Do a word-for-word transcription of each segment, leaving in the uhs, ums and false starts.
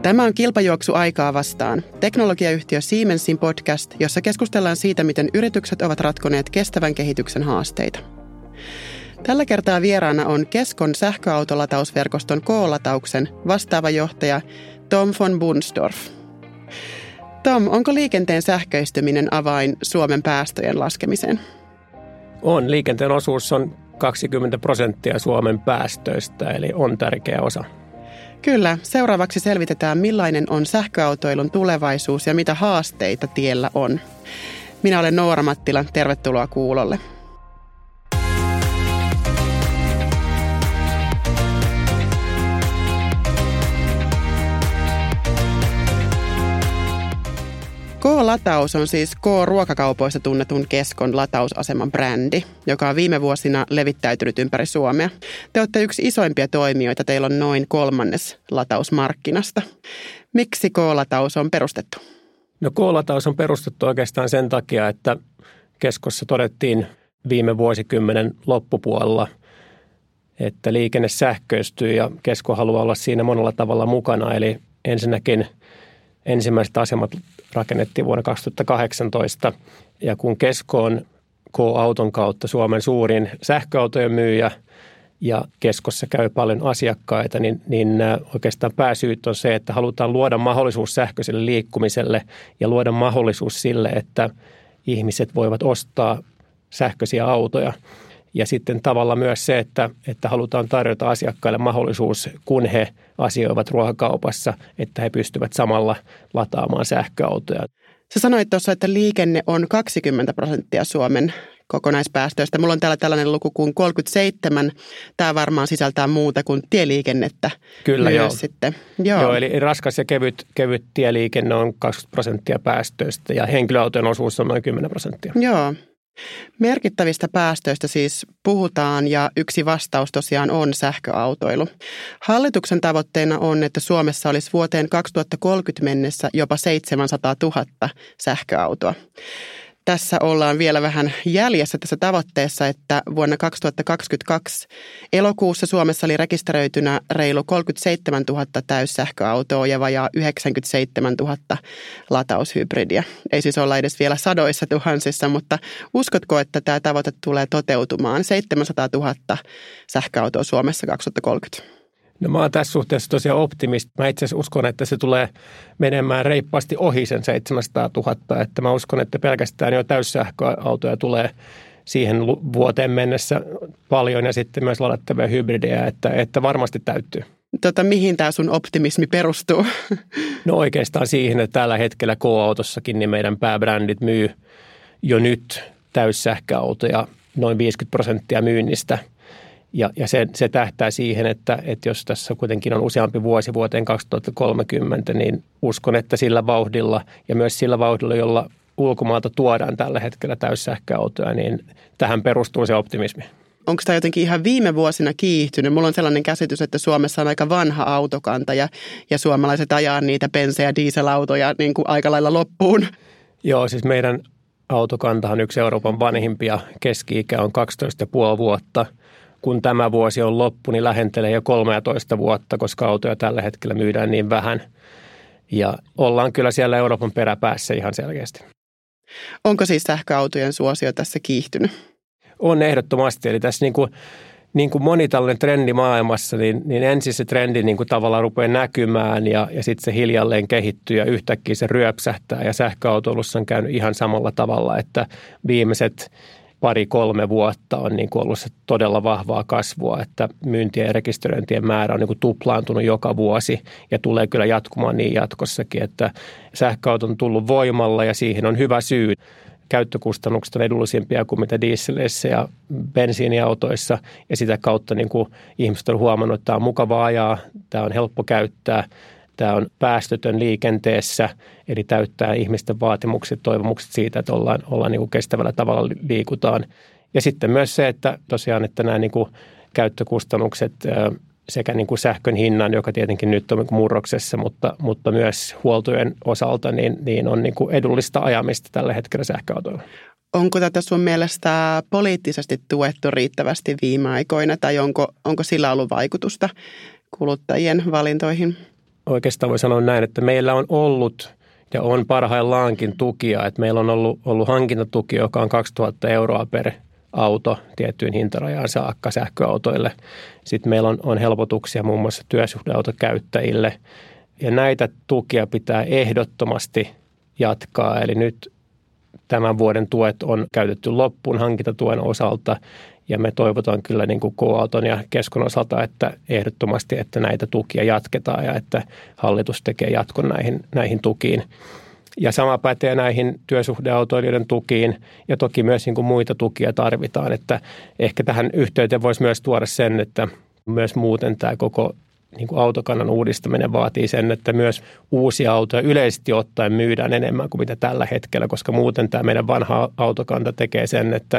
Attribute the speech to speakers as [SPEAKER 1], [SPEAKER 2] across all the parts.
[SPEAKER 1] Tämä on Kilpajuoksu aikaa vastaan, teknologiayhtiö Siemensin podcast, jossa keskustellaan siitä, miten yritykset ovat ratkoneet kestävän kehityksen haasteita. Tällä kertaa vieraana on Keskon sähköautolatausverkoston K-latauksen vastaava johtaja Tom von Bunsdorf. Tom, onko liikenteen sähköistyminen avain Suomen päästöjen laskemiseen?
[SPEAKER 2] On. Liikenteen osuus on kaksikymmentä prosenttia Suomen päästöistä, eli on tärkeä osa.
[SPEAKER 1] Kyllä. Seuraavaksi selvitetään, millainen on sähköautoilun tulevaisuus ja mitä haasteita tiellä on. Minä olen Noora Mattila. Tervetuloa kuulolle. K-lataus on siis K-ruokakaupoista tunnetun Keskon latausaseman brändi, joka on viime vuosina levittäytynyt ympäri Suomea. Te olette yksi isoimpia toimijoita, teillä on noin kolmannes latausmarkkinasta. Miksi K-lataus on perustettu?
[SPEAKER 2] No K-lataus on perustettu oikeastaan sen takia, että Keskossa todettiin viime vuosikymmenen loppupuolella, että liikenne sähköistyy ja Kesko haluaa olla siinä monella tavalla mukana. Eli ensinnäkin ensimmäiset asemat rakennettiin vuonna kaksituhattakahdeksantoista ja kun Kesko on K-auton kautta Suomen suurin sähköautojen myyjä ja Keskossa käy paljon asiakkaita, niin, niin oikeastaan pääsyyt on se, että halutaan luoda mahdollisuus sähköiselle liikkumiselle ja luoda mahdollisuus sille, että ihmiset voivat ostaa sähköisiä autoja. Ja sitten tavallaan myös se, että, että halutaan tarjota asiakkaille mahdollisuus, kun he asioivat ruokakaupassa, että he pystyvät samalla lataamaan sähköautoja.
[SPEAKER 1] Sä sanoit tuossa, että liikenne on kaksikymmentä prosenttia Suomen kokonaispäästöistä. Mulla on täällä tällainen luku kuin kolmekymmentäseitsemän. Tämä varmaan sisältää muuta kuin tieliikennettä.
[SPEAKER 2] Kyllä,
[SPEAKER 1] myös
[SPEAKER 2] joo.
[SPEAKER 1] Sitten. Joo.
[SPEAKER 2] Joo, eli raskas ja kevyt, kevyt tieliikenne on kaksikymmentä prosenttia päästöistä ja henkilöautojen osuus on noin kymmenen prosenttia.
[SPEAKER 1] Joo. Merkittävistä päästöistä siis puhutaan ja yksi vastaus tosiaan on sähköautoilu. Hallituksen tavoitteena on, että Suomessa olisi vuoteen kaksituhattakolmekymmentä mennessä jopa seitsemänsataatuhatta sähköautoa. Tässä ollaan vielä vähän jäljessä tässä tavoitteessa, että vuonna kaksituhattakaksikymmentäkaksi elokuussa Suomessa oli rekisteröitynä reilu kolmekymmentäseitsemäntuhatta täyssähköautoa ja vajaa yhdeksänkymmentäseitsemäntuhatta lataushybridiä. Ei siis olla edes vielä sadoissa tuhansissa, mutta uskotko, että tämä tavoite tulee toteutumaan? seitsemänsataatuhatta sähköautoa Suomessa kaksituhattakolmekymmentä.
[SPEAKER 2] No mä oon tässä suhteessa tosiaan optimisti. Mä itse asiassa uskon, että se tulee menemään reippaasti ohi sen seitsemänsataatuhatta. Että mä uskon, että pelkästään jo täyssähköautoja tulee siihen vuoteen mennessä paljon ja sitten myös ladattavia hybridejä, että, että varmasti täyttyy.
[SPEAKER 1] Tota, mihin tämä sun optimismi perustuu?
[SPEAKER 2] No oikeastaan siihen, että tällä hetkellä K-autossakin niin meidän pääbrändit myy jo nyt täyssähköautoja noin viisikymmentä prosenttia myynnistä. Ja, ja se, se tähtää siihen, että, että jos tässä kuitenkin on useampi vuosi vuoteen kaksituhattakolmekymmentä, niin uskon, että sillä vauhdilla ja myös sillä vauhdilla, jolla ulkomaalta tuodaan tällä hetkellä täyssähköautoja, niin tähän perustuu se optimismi.
[SPEAKER 1] Onko tämä jotenkin ihan viime vuosina kiihtynyt? Mulla on sellainen käsitys, että Suomessa on aika vanha autokanta ja, ja suomalaiset ajaa niitä bensa- ja dieselautoja niin kuin aika lailla loppuun.
[SPEAKER 2] Joo, siis meidän autokantahan yksi Euroopan vanhimpia, keski-ikä on kaksitoista pilkku viisi vuotta. Kun tämä vuosi on loppu, niin lähentelee jo kolmetoista vuotta, koska autoja tällä hetkellä myydään niin vähän. Ja ollaan kyllä siellä Euroopan peräpäässä ihan selkeästi.
[SPEAKER 1] Onko siis sähköautojen suosio tässä kiihtynyt?
[SPEAKER 2] On ehdottomasti. Eli tässä niin kuin, niin kuin moni tällainen trendi maailmassa, niin, niin ensin se trendi niin kuin tavallaan rupeaa näkymään ja, ja sitten se hiljalleen kehittyy ja yhtäkkiä se ryöpsähtää. Ja sähköautoilussa on käynyt ihan samalla tavalla, että viimeiset pari-kolme vuotta on niin kuin ollut se todella vahvaa kasvua, että myyntien ja rekisteröintien määrä on niin kuin tuplaantunut joka vuosi ja tulee kyllä jatkumaan niin jatkossakin, että sähköauto on tullut voimalla ja siihen on hyvä syy. Käyttökustannukset on edullisimpia kuin mitä dieseleissä ja bensiiniautoissa ja sitä kautta niin kuin ihmiset on huomannut, että tämä on mukava ajaa, tämä on helppo käyttää. Tämä on päästötön liikenteessä, eli täyttää ihmisten vaatimukset, toivomukset siitä, että ollaan, ollaan niin kuin kestävällä tavalla liikutaan. Ja sitten myös se, että tosiaan, että nämä niin kuin käyttökustannukset sekä niin kuin sähkön hinnan, joka tietenkin nyt on murroksessa, mutta, mutta myös huoltojen osalta, niin, niin on niin kuin edullista ajamista tällä hetkellä sähköautoilla.
[SPEAKER 1] Onko tätä sun mielestä poliittisesti tuettu riittävästi viime aikoina tai onko, onko sillä ollut vaikutusta kuluttajien valintoihin?
[SPEAKER 2] oikeastaan voi sanoa näin, että meillä on ollut ja on parhaillaankin tukia, että meillä on ollut, ollut hankintatuki, joka on kaksituhatta euroa per auto tiettyyn hintarajaan saakka sähköautoille. Sitten meillä on, on helpotuksia muun muassa työsuhdeautokäyttäjille ja näitä tukia pitää ehdottomasti jatkaa. Eli nyt tämän vuoden tuet on käytetty loppuun hankintatuen osalta ja me toivotaan kyllä niin kuin K-auton ja Keskon osalta, että ehdottomasti, että näitä tukia jatketaan ja että hallitus tekee jatkon näihin, näihin tukiin. Ja sama pätee näihin työsuhdeautoilijoiden tukiin ja toki myös niin kuin muita tukia tarvitaan, että ehkä tähän yhteyteen voisi myös tuoda sen, että myös muuten tämä koko niin kuin autokannan uudistaminen vaatii sen, että myös uusia autoja yleisesti ottaen myydään enemmän kuin mitä tällä hetkellä, koska muuten tämä meidän vanha autokanta tekee sen, että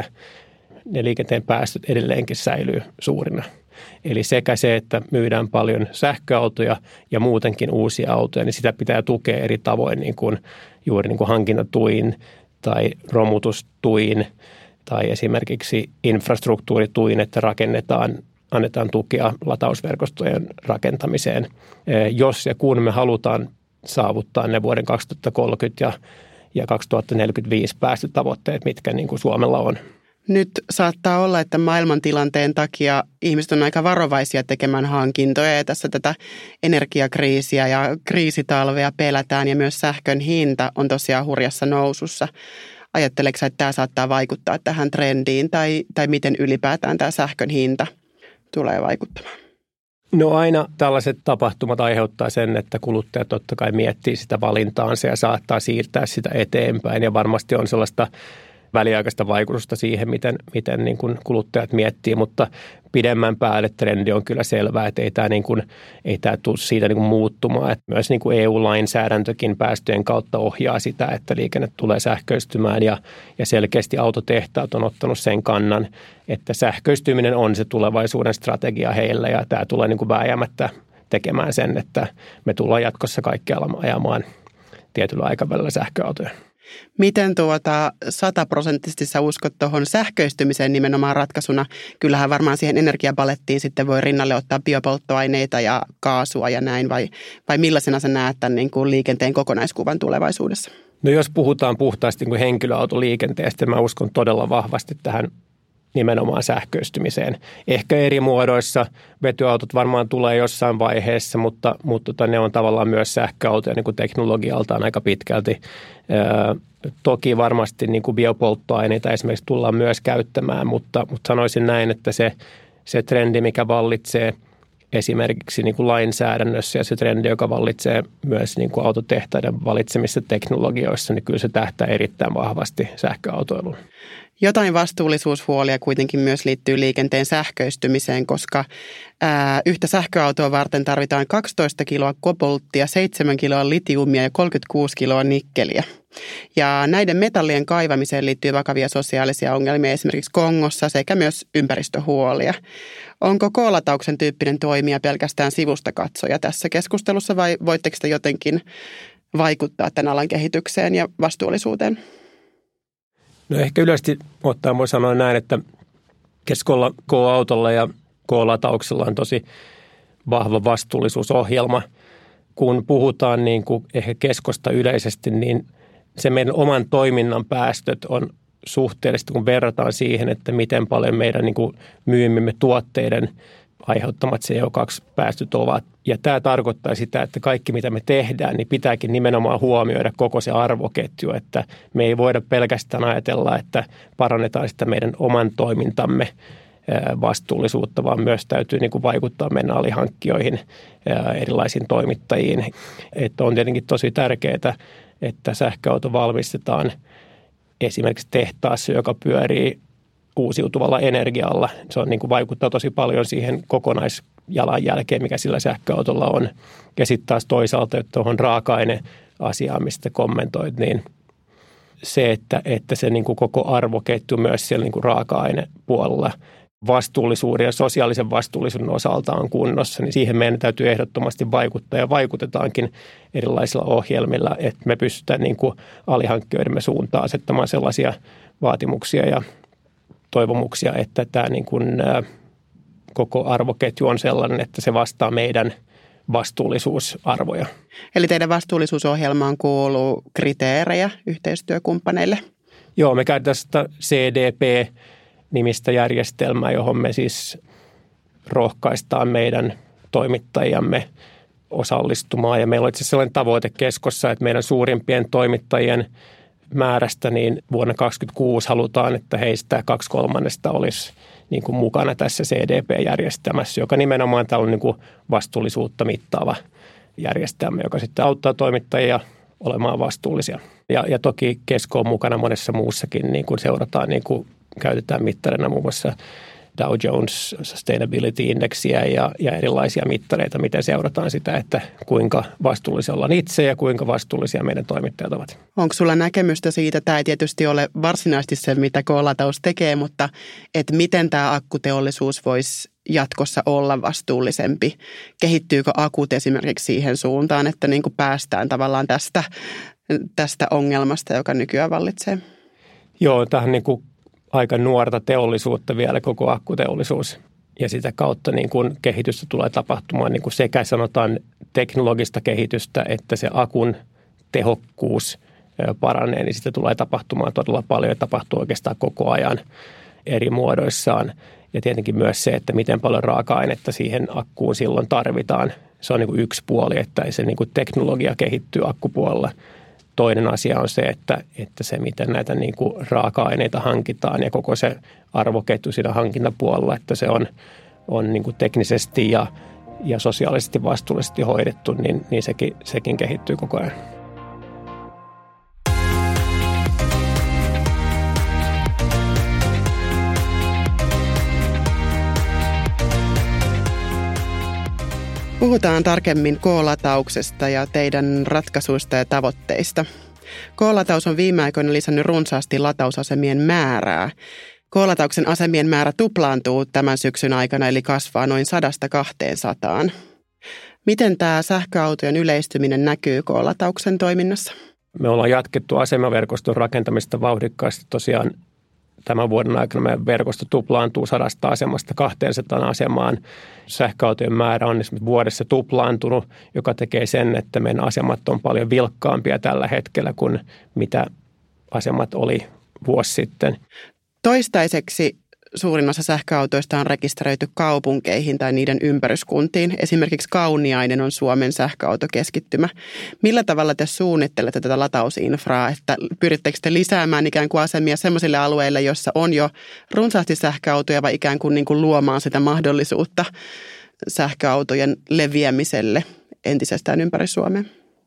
[SPEAKER 2] ne liikenteen päästöt edelleenkin säilyy suurina. Eli sekä se, että myydään paljon sähköautoja ja muutenkin uusia autoja, niin sitä pitää tukea eri tavoin niin kuin juuri niin kuin hankintatuin tai romutustuin tai esimerkiksi infrastruktuurituin, että rakennetaan, annetaan tukea latausverkostojen rakentamiseen, jos ja kun me halutaan saavuttaa ne vuoden kaksituhattakolmekymmentä ja, ja kaksituhattaneljäkymmentäviisi päästötavoitteet, mitkä niin kuin Suomella on.
[SPEAKER 1] Nyt saattaa olla, että maailmantilanteen takia ihmiset on aika varovaisia tekemään hankintoja ja tässä tätä energiakriisiä ja kriisitalvea pelätään ja myös sähkön hinta on tosiaan hurjassa nousussa. Ajatteleksä, että tämä saattaa vaikuttaa tähän trendiin tai, tai miten ylipäätään tämä sähkön hinta tulee vaikuttamaan?
[SPEAKER 2] No aina tällaiset tapahtumat aiheuttaa sen, että kuluttajat totta kai miettii sitä valintaansa ja saattaa siirtää sitä eteenpäin ja varmasti on sellaista väliaikaista vaikutusta siihen, miten, miten niin kuin kuluttajat miettii, mutta pidemmän päälle trendi on kyllä selvää, että ei tämä, niin kuin, ei tämä tule siitä niin kuin muuttumaan. Että myös niin kuin E U-lainsäädäntökin päästöjen kautta ohjaa sitä, että liikenne tulee sähköistymään ja, ja selkeästi autotehtaat on ottanut sen kannan, että sähköistyminen on se tulevaisuuden strategia heillä ja tämä tulee niin kuin vääjäämättä tekemään sen, että me tullaan jatkossa kaikkialla ajamaan tietyllä aikavälillä sähköautoja.
[SPEAKER 1] Miten tuota sataprosenttisesti sä uskot tuohon sähköistymiseen nimenomaan ratkaisuna? Kyllähän varmaan siihen energiapalettiin sitten voi rinnalle ottaa biopolttoaineita ja kaasua ja näin, vai, vai millaisena sä näet tämän niin kuin liikenteen kokonaiskuvan tulevaisuudessa?
[SPEAKER 2] No jos puhutaan puhtaasti niin kuin henkilöautoliikenteestä, mä uskon todella vahvasti tähän nimenomaan sähköistymiseen. Ehkä eri muodoissa vetyautot varmaan tulee jossain vaiheessa, mutta, mutta ne on tavallaan myös sähköautoja niin kuin teknologialtaan aika pitkälti. Ää, toki varmasti niin kuin biopolttoaineita esimerkiksi tullaan myös käyttämään, mutta, mutta sanoisin näin, että se, se trendi, mikä vallitsee esimerkiksi niin kuin lainsäädännössä ja se trendi, joka vallitsee myös niin kuin autotehtaiden valitsemissa teknologioissa, niin kyllä se tähtää erittäin vahvasti sähköautoiluun.
[SPEAKER 1] Jotain vastuullisuushuolia kuitenkin myös liittyy liikenteen sähköistymiseen, koska ää, yhtä sähköautoa varten tarvitaan kaksitoista kiloa kobolttia, seitsemän kiloa litiumia ja kolmekymmentäkuusi kiloa nikkeliä. Ja näiden metallien kaivamiseen liittyy vakavia sosiaalisia ongelmia esimerkiksi Kongossa sekä myös ympäristöhuolia. Onko K-latauksen tyyppinen toimija pelkästään sivusta katsoja tässä keskustelussa vai voitteko te jotenkin vaikuttaa tämän alan kehitykseen ja vastuullisuuteen?
[SPEAKER 2] No ehkä yleisesti ottaen voi sanoa näin, että Keskolla K-autolla ja K-latauksella on tosi vahva vastuullisuusohjelma. Kun puhutaan niin kuin ehkä Keskosta yleisesti, niin se meidän oman toiminnan päästöt on suhteellisesti, kun verrataan siihen, että miten paljon meidän niin kuin myymimme tuotteiden aiheuttamat C O kaksi -päästöt ovat. Ja tämä tarkoittaa sitä, että kaikki mitä me tehdään, niin pitääkin nimenomaan huomioida koko se arvoketju, että me ei voida pelkästään ajatella, että parannetaan sitä meidän oman toimintamme vastuullisuutta, vaan myös täytyy niin kuin vaikuttaa meidän alihankkijoihin, erilaisiin toimittajiin. Että on tietenkin tosi tärkeää, että sähköauto valmistetaan esimerkiksi tehtaassa, joka pyörii uusiutuvalla energialla. Se on, niin kuin vaikuttaa tosi paljon siihen kokonaisjalanjälkeen, mikä sillä sähköautolla on. Ja sitten taas toisaalta, että tuohon raaka-aineasiaan, mistä kommentoit, niin se, että, että se niin kuin koko arvoketju myös siellä niin kuin raaka-ainepuolella vastuullisuuden ja sosiaalisen vastuullisuuden osalta on kunnossa, niin siihen meidän täytyy ehdottomasti vaikuttaa ja vaikutetaankin erilaisilla ohjelmilla, että me pystytään niin kuin alihankkijoidemme suuntaan asettamaan sellaisia vaatimuksia ja toivomuksia, että tämä niin kuin koko arvoketju on sellainen, että se vastaa meidän vastuullisuusarvoja.
[SPEAKER 1] Eli teidän vastuullisuusohjelmaan kuuluu kriteerejä yhteistyökumppaneille?
[SPEAKER 2] Joo, me käytetään sitä C D P-nimistä järjestelmää, johon me siis rohkaistaan meidän toimittajiamme osallistumaan. Ja meillä on itse asiassa sellainen tavoite keskossa, että meidän suurimpien toimittajien määrästä niin vuonna kaksituhattakaksikymmentäkuusi halutaan, että heistä kaksi kolmannesta olisi niin kuin mukana tässä C D P-järjestelmässä, joka nimenomaan tällainen niin kuin vastuullisuutta mittaava järjestelmä, joka sitten auttaa toimittajia olemaan vastuullisia. Ja, ja toki Kesko on mukana monessa muussakin, niin kuin seurataan, niin kuin käytetään mittarina muun muassa Dow Jones Sustainability Indexia ja, ja erilaisia mittareita, miten seurataan sitä, että kuinka vastuullisia ollaan itse ja kuinka vastuullisia meidän toimittajat ovat.
[SPEAKER 1] Onko sulla näkemystä siitä, tämä ei tietysti ole varsinaisesti se, mitä K-lataus tekee, mutta että miten tämä akkuteollisuus voisi jatkossa olla vastuullisempi? Kehittyykö akut esimerkiksi siihen suuntaan, että niin kuin päästään tavallaan tästä, tästä ongelmasta, joka nykyään vallitsee?
[SPEAKER 2] Joo, tähän niin kuin aika nuorta teollisuutta vielä koko akkuteollisuus ja sitä kautta niin kuin kehitystä tulee tapahtumaan niin kuin sekä sanotaan teknologista kehitystä, että se akun tehokkuus paranee, niin sitä tulee tapahtumaan todella paljon ja tapahtuu oikeastaan koko ajan eri muodoissaan. Ja tietenkin myös se, että miten paljon raaka-ainetta siihen akkuun silloin tarvitaan. Se on niin kuin yksi puoli, että se niin kuin teknologia kehittyy akkupuolella. Toinen asia on se, että, että se miten näitä niin kuin raaka-aineita hankitaan ja koko se arvoketju siinä hankintapuolella, että se on, on niin kuin teknisesti ja, ja sosiaalisesti vastuullisesti hoidettu, niin, niin sekin, sekin kehittyy koko ajan.
[SPEAKER 1] Puhutaan tarkemmin K-latauksesta ja teidän ratkaisuista ja tavoitteista. K-lataus on viime aikoina lisännyt runsaasti latausasemien määrää. K-latauksen asemien määrä tuplaantuu tämän syksyn aikana, eli kasvaa noin sadasta kahteensataan. Miten tämä sähköautojen yleistyminen näkyy K-latauksen toiminnassa?
[SPEAKER 2] Me ollaan jatkettu asemaverkoston rakentamista vauhdikkaasti tosiaan. Tämän vuoden aikana meidän verkosto tuplaantuu sadasta asemasta kahteensataan asemaan. Sähköautojen määrä on vuodessa tuplaantunut, joka tekee sen, että meidän asemat on paljon vilkkaampia tällä hetkellä kuin mitä asemat oli vuosi sitten.
[SPEAKER 1] Toistaiseksi suurin osa sähköautoista on rekisteröity kaupunkeihin tai niiden ympäryskuntiin. Esimerkiksi Kauniainen on Suomen sähköautokeskittymä. Millä tavalla te suunnittelette tätä latausinfraa, että pyrittekö te lisäämään ikään kuin asemia sellaisille alueille, joissa on jo runsaasti sähköautoja, vai ikään kuin, niin kuin luomaan sitä mahdollisuutta sähköautojen leviämiselle entisestään ympäri Suomea?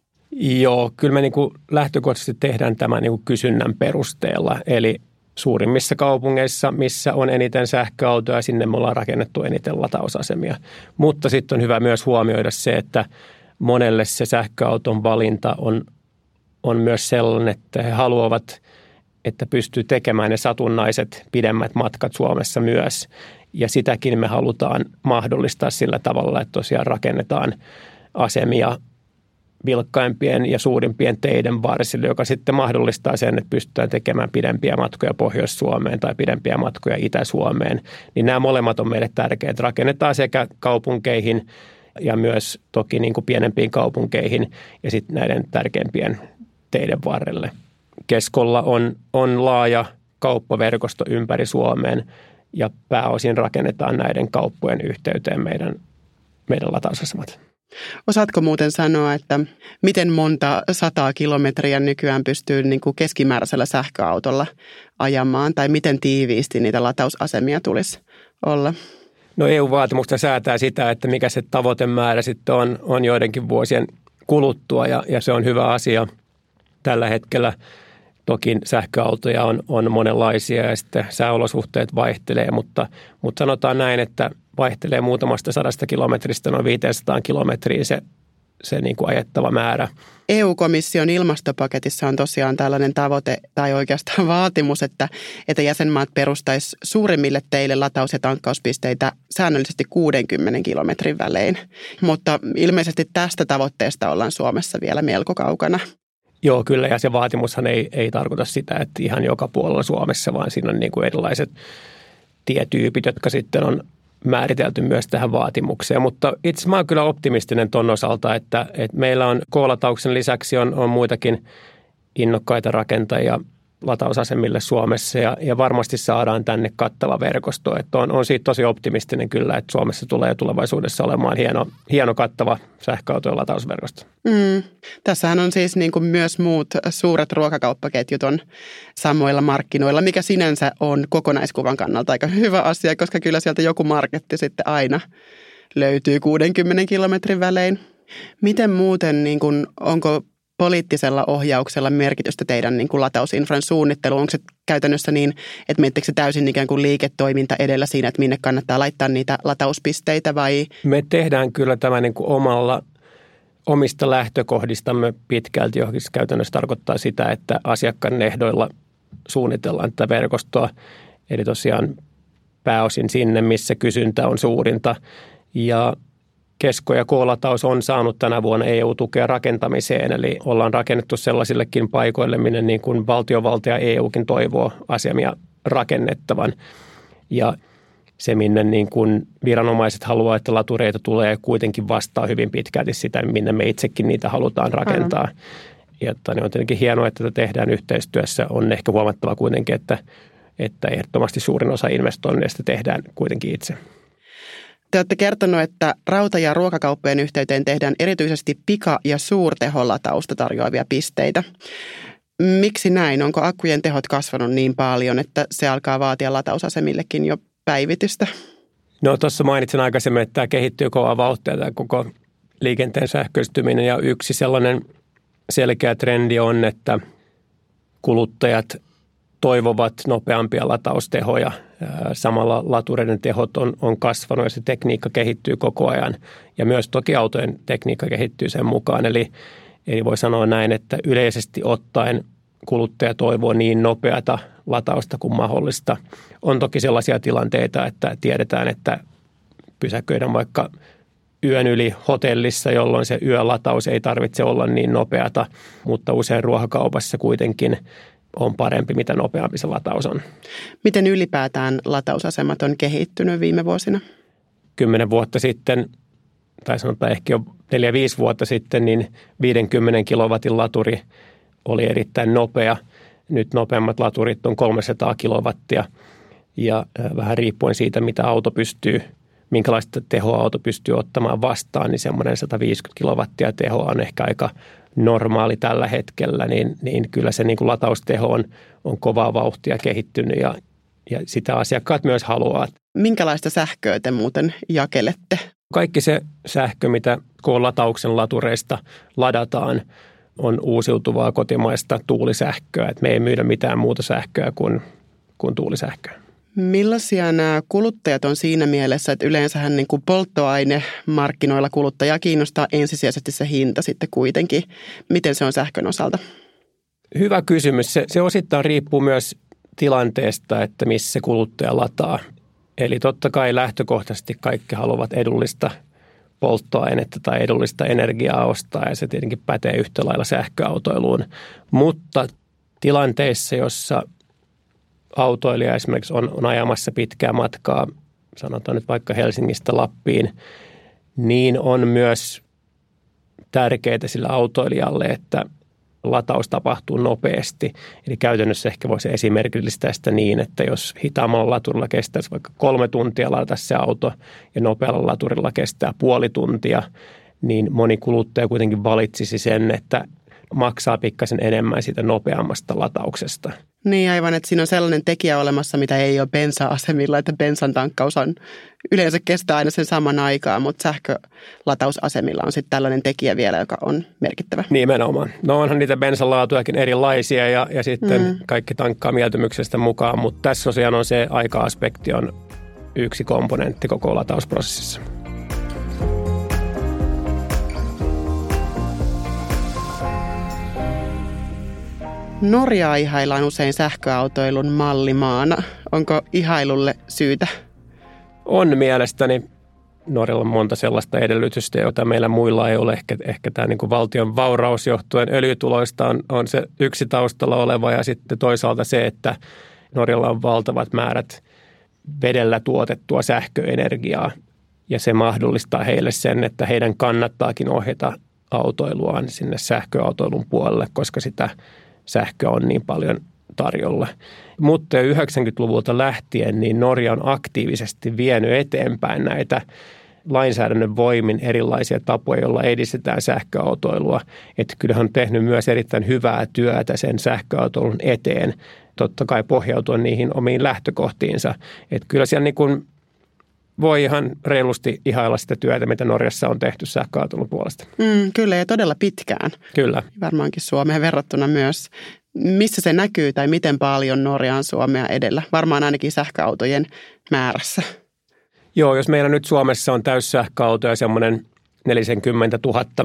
[SPEAKER 2] Joo, kyllä me niin kuin lähtökohtaisesti tehdään tämä niin kuin kysynnän perusteella, eli suurimmissa kaupungeissa, missä on eniten sähköautoja, sinne me ollaan rakennettu eniten latausasemia. Mutta sitten on hyvä myös huomioida se, että monelle se sähköauton valinta on, on myös sellainen, että he haluavat, että pystyy tekemään ne satunnaiset pidemmät matkat Suomessa myös. Ja sitäkin me halutaan mahdollistaa sillä tavalla, että tosiaan rakennetaan asemia vilkkaimpien ja suurimpien teiden varsille, joka sitten mahdollistaa sen, että pystytään tekemään pidempiä matkoja Pohjois-Suomeen tai pidempiä matkoja Itä-Suomeen. Niin nämä molemmat on meille tärkeät. Rakennetaan sekä kaupunkeihin ja myös toki niin kuin pienempiin kaupunkeihin ja sitten näiden tärkeimpien teiden varrelle. Keskolla on, on laaja kauppaverkosto ympäri Suomeen ja pääosin rakennetaan näiden kauppojen yhteyteen meidän, meidän latausasemat.
[SPEAKER 1] Osaatko muuten sanoa, että miten monta sataa kilometriä nykyään pystyy niin kuin keskimääräisellä sähköautolla ajamaan, tai miten tiiviisti niitä latausasemia tulisi olla?
[SPEAKER 2] No E U-vaatimusta säätää sitä, että mikä se tavoitemäärä sitten on, on joidenkin vuosien kuluttua, ja, ja se on hyvä asia tällä hetkellä. Toki sähköautoja on, on monenlaisia ja sitten sääolosuhteet vaihtelee, mutta, mutta sanotaan näin, että vaihtelee muutamasta sadasta kilometristä noin viisisataa kilometriä se, se niin kuin ajettava määrä.
[SPEAKER 1] E U-komission ilmastopaketissa on tosiaan tällainen tavoite tai oikeastaan vaatimus, että, että jäsenmaat perustaisi suurimmille teille lataus- ja tankkauspisteitä säännöllisesti kuudenkymmenen kilometrin välein. Mutta ilmeisesti tästä tavoitteesta ollaan Suomessa vielä melko kaukana.
[SPEAKER 2] Joo, kyllä, ja se vaatimushan ei, ei tarkoita sitä, että ihan joka puolella Suomessa, vaan siinä on niin kuin erilaiset tietyypit, jotka sitten on, määritelty myös tähän vaatimukseen. Mutta itse mä oon kyllä optimistinen ton osalta, että, että meillä on K-latauksen lisäksi on, on muitakin innokkaita rakentajia latausasemille Suomessa ja, ja varmasti saadaan tänne kattava verkosto. Että on, on siitä tosi optimistinen kyllä, että Suomessa tulee tulevaisuudessa olemaan hieno, hieno kattava sähköautojen latausverkosto.
[SPEAKER 1] Mm. Tässähän on siis niin kuin myös muut suuret ruokakauppaketjut on samoilla markkinoilla, mikä sinänsä on kokonaiskuvan kannalta aika hyvä asia, koska kyllä sieltä joku marketti sitten aina löytyy kuudenkymmenen kilometrin välein. Miten muuten, niin kuin, onko poliittisella ohjauksella merkitystä teidän niin kuin latausinfran suunnitteluun? Onko se käytännössä niin, että menettekö se täysin ikään kuin liiketoiminta edellä siinä, että minne kannattaa laittaa niitä latauspisteitä vai?
[SPEAKER 2] Me tehdään kyllä tämä niin kuin omalla, omista lähtökohdistamme pitkälti, johon käytännössä tarkoittaa sitä, että asiakkaan ehdoilla suunnitellaan tätä verkostoa. Eli tosiaan pääosin sinne, missä kysyntä on suurinta ja Kesko ja K-lataus on saanut tänä vuonna E U-tukea rakentamiseen, eli ollaan rakennettu sellaisillekin paikoille, minne niin kuin valtiovalta ja E Ukin toivoo asemia rakennettavan. Ja se, minne niin kuin viranomaiset haluaa, että latureita tulee, kuitenkin vastaa hyvin pitkälti sitä, minne me itsekin niitä halutaan rakentaa. Aina. Ja niin on tietenkin hienoa, että tätä tehdään yhteistyössä. On ehkä huomattava kuitenkin, että, että ehdottomasti suurin osa investoinneista tehdään kuitenkin itse.
[SPEAKER 1] Te olette kertonut, että rauta- ja ruokakauppojen yhteyteen tehdään erityisesti pika- ja suurteholatausta tarjoavia pisteitä. Miksi näin? Onko akkujen tehot kasvanut niin paljon, että se alkaa vaatia latausasemillekin jo päivitystä?
[SPEAKER 2] No tuossa mainitsin aikaisemmin, että tämä kehittyy kovaa vauhtia, tämä koko liikenteen sähköistyminen. Ja yksi sellainen selkeä trendi on, että kuluttajat toivovat nopeampia lataustehoja. Samalla latureiden tehot on, on kasvanut ja se tekniikka kehittyy koko ajan. Ja myös toki autojen tekniikka kehittyy sen mukaan. Eli, eli voi sanoa näin, että yleisesti ottaen kuluttaja toivoo niin nopeata latausta kuin mahdollista. On toki sellaisia tilanteita, että tiedetään, että pysäköidään vaikka yön yli hotellissa, jolloin se yölataus ei tarvitse olla niin nopeata, mutta usein ruokakaupassa kuitenkin on parempi, mitä nopeampi se lataus on.
[SPEAKER 1] Miten ylipäätään latausasemat on kehittynyt viime vuosina?
[SPEAKER 2] Kymmenen vuotta sitten, tai sanotaan ehkä jo neljä, viisi vuotta sitten, niin viidenkymmenen kilowatin laturi oli erittäin nopea. Nyt nopeammat laturit on kolmesataa kilowattia ja vähän riippuen siitä, mitä auto pystyy, minkälaista tehoa auto pystyy ottamaan vastaan, niin semmoinen sata viisikymmentä kilowattia tehoa on ehkä aika normaali tällä hetkellä, niin, niin kyllä se niin kuin latausteho on, on kovaa vauhtia kehittynyt ja, ja sitä asiakkaat myös haluaa.
[SPEAKER 1] Minkälaista sähköä te muuten jakelette?
[SPEAKER 2] Kaikki se sähkö, mitä K-latauksen latureista ladataan, on uusiutuvaa kotimaista tuulisähköä. Et me ei myydä mitään muuta sähköä kuin, kuin tuulisähköä.
[SPEAKER 1] Millaisia nämä kuluttajat on siinä mielessä, että yleensähän niin kuin polttoainemarkkinoilla kuluttajaa kiinnostaa ensisijaisesti se hinta sitten kuitenkin. Miten se on sähkön osalta? Hyvä
[SPEAKER 2] kysymys. Se, se osittain riippuu myös tilanteesta, että missä kuluttaja lataa. Eli totta kai lähtökohtaisesti kaikki haluavat edullista polttoainetta tai edullista energiaa ostaa ja se tietenkin pätee yhtä lailla sähköautoiluun. Mutta tilanteissa, jossa autoilija esimerkiksi on, on ajamassa pitkää matkaa, sanotaan nyt vaikka Helsingistä Lappiin, niin on myös tärkeää sille autoilijalle, että lataus tapahtuu nopeasti. Eli käytännössä ehkä voisi esimerkillistää sitä niin, että jos hitaammalla laturilla kestäisi vaikka kolme tuntia ladata se auto ja nopealla laturilla kestää puoli tuntia, niin moni kuluttaja kuitenkin valitsisi sen, että maksaa pikkasen enemmän siitä nopeammasta latauksesta.
[SPEAKER 1] Niin aivan, että siinä on sellainen tekijä olemassa, mitä ei ole bensa-asemilla, että bensan tankkaus on yleensä kestää aina sen saman aikaa, mutta sähkölatausasemilla on sitten tällainen tekijä vielä, joka on merkittävä.
[SPEAKER 2] Nimenomaan. No onhan niitä bensalaatujakin erilaisia ja, ja sitten mm. kaikki tankkaa mieltymyksestä mukaan, mutta tässä tosiaan on se aika-aspekti on yksi komponentti koko latausprosessissa.
[SPEAKER 1] Norjaa ihaillaan usein sähköautoilun mallimaana. Onko ihailulle syytä?
[SPEAKER 2] On mielestäni. Norjalla on monta sellaista edellytystä, joita meillä muilla ei ole. Ehkä, ehkä tämä niin kuin valtion vauraus johtuen öljytuloista on, on se yksi taustalla oleva ja sitten toisaalta se, että Norjalla on valtavat määrät vedellä tuotettua sähköenergiaa. Ja se mahdollistaa heille sen, että heidän kannattaakin ohjata autoiluaan sinne sähköautoilun puolelle, koska sitä sähköä on niin paljon tarjolla. Mutta jo yhdeksänkymmentäluvulta lähtien niin Norja on aktiivisesti vienyt eteenpäin näitä lainsäädännön voimin erilaisia tapoja, joilla edistetään sähköautoilua. Että kyllähän on tehnyt myös erittäin hyvää työtä sen sähköautoilun eteen. Totta kai pohjautua niihin omiin lähtökohtiinsa. Että kyllä siellä niin kuin voi ihan reilusti ihailla sitä työtä, mitä Norjassa on tehty sähköautoilun puolesta.
[SPEAKER 1] Mm, kyllä ja todella pitkään.
[SPEAKER 2] Kyllä.
[SPEAKER 1] Varmaankin Suomeen verrattuna myös. Missä se näkyy tai miten paljon Norja on Suomea edellä? Varmaan ainakin sähköautojen määrässä.
[SPEAKER 2] Joo, jos meillä nyt Suomessa on täyssähköautoja semmoinen neljäkymmentätuhatta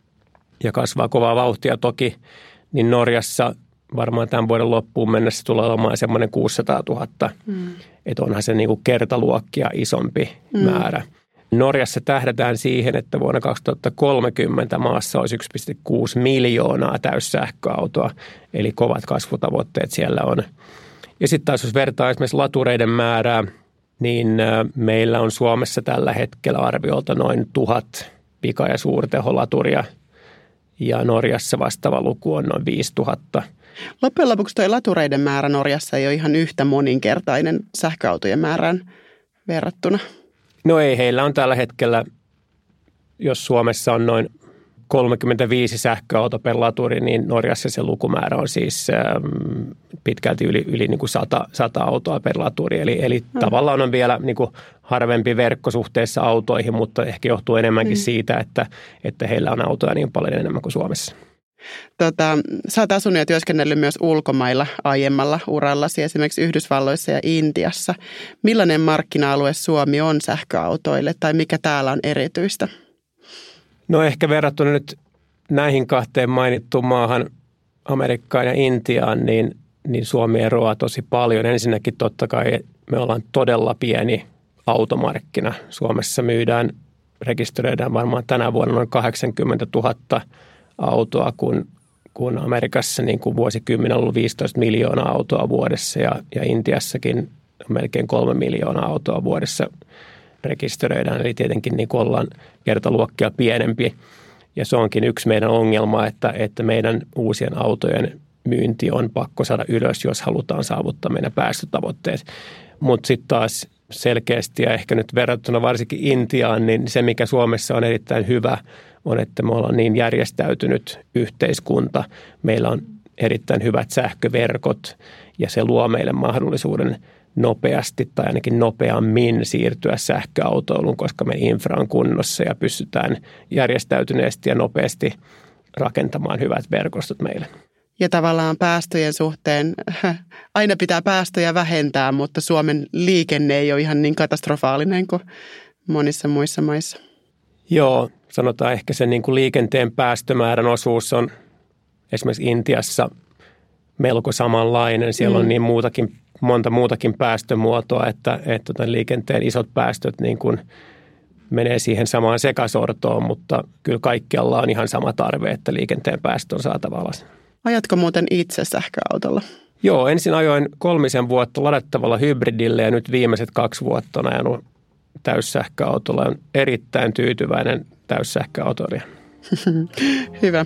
[SPEAKER 2] ja kasvaa kovaa vauhtia toki, niin Norjassa varmaan tämän vuoden loppuun mennessä tulee olemaan semmoinen kuusisataatuhatta. Mm. Että onhan se niin kuin kertaluokkia isompi mm. määrä. Norjassa tähdätään siihen, että vuonna kaksituhattakolmekymmentä maassa olisi yksi pilkku kuusi miljoonaa täyssähköautoa, eli kovat kasvutavoitteet siellä on. Ja sitten taas jos vertaa esimerkiksi latureiden määrää, niin meillä on Suomessa tällä hetkellä arviolta noin tuhat pika- ja suurteholaturia, ja Norjassa vastaava luku on noin viisituhatta.
[SPEAKER 1] Loppujen lopuksi tuo latureiden määrä Norjassa ei ole ihan yhtä moninkertainen sähköautojen määrään verrattuna.
[SPEAKER 2] No ei, heillä on tällä hetkellä, jos Suomessa on noin kolmekymmentäviisi sähköauto per laturi, niin Norjassa se lukumäärä on siis ähm, pitkälti yli, yli niin kuin sata, sata autoa per laturi. Eli, eli mm. tavallaan on vielä niin kuin harvempi verkko suhteessa autoihin, mutta ehkä johtuu enemmänkin mm. siitä, että, että heillä on autoja niin paljon enemmän kuin Suomessa.
[SPEAKER 1] Tota, sä oot asunut ja työskennellyt myös ulkomailla aiemmalla urallasi, esimerkiksi Yhdysvalloissa ja Intiassa. Millainen markkina-alue Suomi on sähköautoille tai mikä täällä on erityistä?
[SPEAKER 2] No ehkä verrattuna nyt näihin kahteen mainittuun maahan, Amerikkaan ja Intiaan, niin, niin Suomi eroaa tosi paljon. Ensinnäkin totta kai me ollaan todella pieni automarkkina. Suomessa myydään, rekisteröidään varmaan tänä vuonna noin kahdeksankymmentätuhatta autoa, kun, kun Amerikassa niin kuin vuosikymmen on ollut viisitoista miljoonaa autoa vuodessa ja, ja Intiassakin melkein kolme miljoonaa autoa vuodessa rekisteröidään. Eli tietenkin niin kuin ollaan kertaluokkia pienempi ja se onkin yksi meidän ongelma, että, että meidän uusien autojen myynti on pakko saada ylös, jos halutaan saavuttaa meidän päästötavoitteet. Mutta sitten taas selkeästi ja ehkä nyt verrattuna varsinkin Intiaan, niin se mikä Suomessa on erittäin hyvä on, että me ollaan niin järjestäytynyt yhteiskunta. Meillä on erittäin hyvät sähköverkot ja se luo meille mahdollisuuden nopeasti tai ainakin nopeammin siirtyä sähköautoiluun, koska me infra on kunnossa ja pystytään järjestäytyneesti ja nopeasti rakentamaan hyvät verkostot meille.
[SPEAKER 1] Ja tavallaan päästöjen suhteen aina pitää päästöjä vähentää, mutta Suomen liikenne ei ole ihan niin katastrofaalinen kuin monissa muissa maissa.
[SPEAKER 2] Joo, sanotaan ehkä se niin kuin liikenteen päästömäärän osuus on esimerkiksi Intiassa melko samanlainen. Siellä mm. on niin muutakin, monta muutakin päästömuotoa, että, että liikenteen isot päästöt niin kuin menee siihen samaan sekasortoon, mutta kyllä kaikkialla on ihan sama tarve, että liikenteen päästö on saatava alas.
[SPEAKER 1] Ajatko muuten itse sähköautolla?
[SPEAKER 2] Joo, ensin ajoin kolmisen vuotta ladattavalla hybridillä ja nyt viimeiset kaksi vuotta on ajanut täyssähköautolla. Olen erittäin tyytyväinen täyssähköautoilija.
[SPEAKER 1] Hyvä.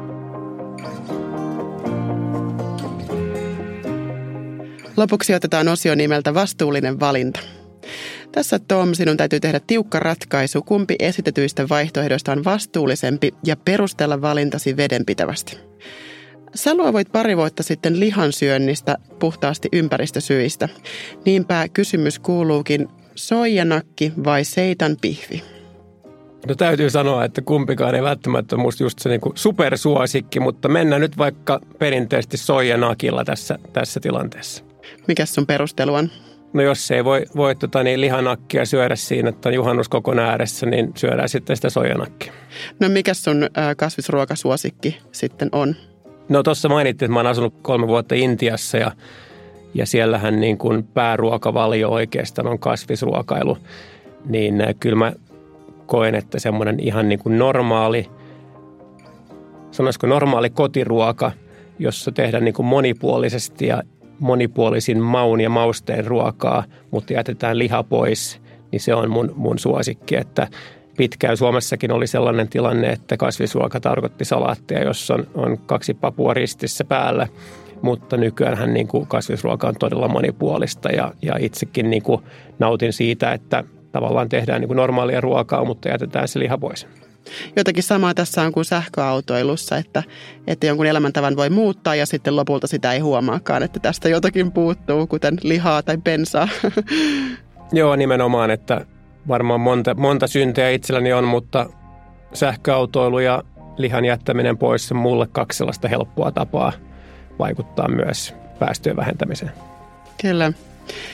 [SPEAKER 1] Lopuksi otetaan osio nimeltä Vastuullinen valinta. Tässä Tom, sinun täytyy tehdä tiukka ratkaisu, kumpi esitetyistä vaihtoehdoista on vastuullisempi ja perustella valintasi vedenpitävästi. Sä luovuit pari vuotta sitten lihansyönnistä puhtaasti ympäristösyistä. Niinpä kysymys kuuluukin, soijanakki vai seitanpihvi?
[SPEAKER 2] No täytyy sanoa, että kumpikaan ei välttämättä musta just se niinku supersuosikki, mutta mennään nyt vaikka perinteisesti soijanakilla tässä, tässä tilanteessa.
[SPEAKER 1] Mikäs sun perustelu on?
[SPEAKER 2] No jos ei voi, voi tota niin, lihanakkia syödä siinä, että on juhannuskokon ääressä, niin syödään sitten sitä soijanakkia.
[SPEAKER 1] No mikäs sun äh, kasvisruokasuosikki sitten on?
[SPEAKER 2] No tuossa mainittiin, että mä oon asunut kolme vuotta Intiassa ja, ja siellähän niin kuin pääruokavalio oikeastaan on kasvisruokailu. Niin äh, kyllä mä koen, että semmoinen ihan niin kuin normaali, sanoisiko normaali kotiruoka, jossa tehdään niin kuin monipuolisesti ja monipuolisin maun ja mausteen ruokaa, mutta jätetään liha pois, niin se on mun, mun suosikki, että pitkään Suomessakin oli sellainen tilanne, että kasvisruoka tarkoitti salaattia, jossa on, on kaksi papua ristissä päällä, mutta nykyäänhän niin kuin kasvisruoka on todella monipuolista ja, ja itsekin niin kuin nautin siitä, että tavallaan tehdään niin kuin normaalia ruokaa, mutta jätetään se liha pois.
[SPEAKER 1] Jotakin samaa tässä on kuin sähköautoilussa, että, että jonkun elämäntavan voi muuttaa ja sitten lopulta sitä ei huomaakaan, että tästä jotakin puuttuu, kuten lihaa tai bensaa.
[SPEAKER 2] Joo, nimenomaan, että varmaan monta, monta syntiä itselläni on, mutta sähköautoilu ja lihan jättäminen pois on mulle kaksi sellaista helppoa tapaa vaikuttaa myös päästöjen vähentämiseen.
[SPEAKER 1] Kyllä.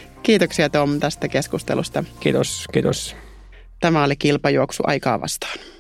[SPEAKER 1] Kiitoksia Tom tästä keskustelusta.
[SPEAKER 2] Kiitos, kiitos.
[SPEAKER 1] Tämä oli Kilpajuoksu aikaa vastaan.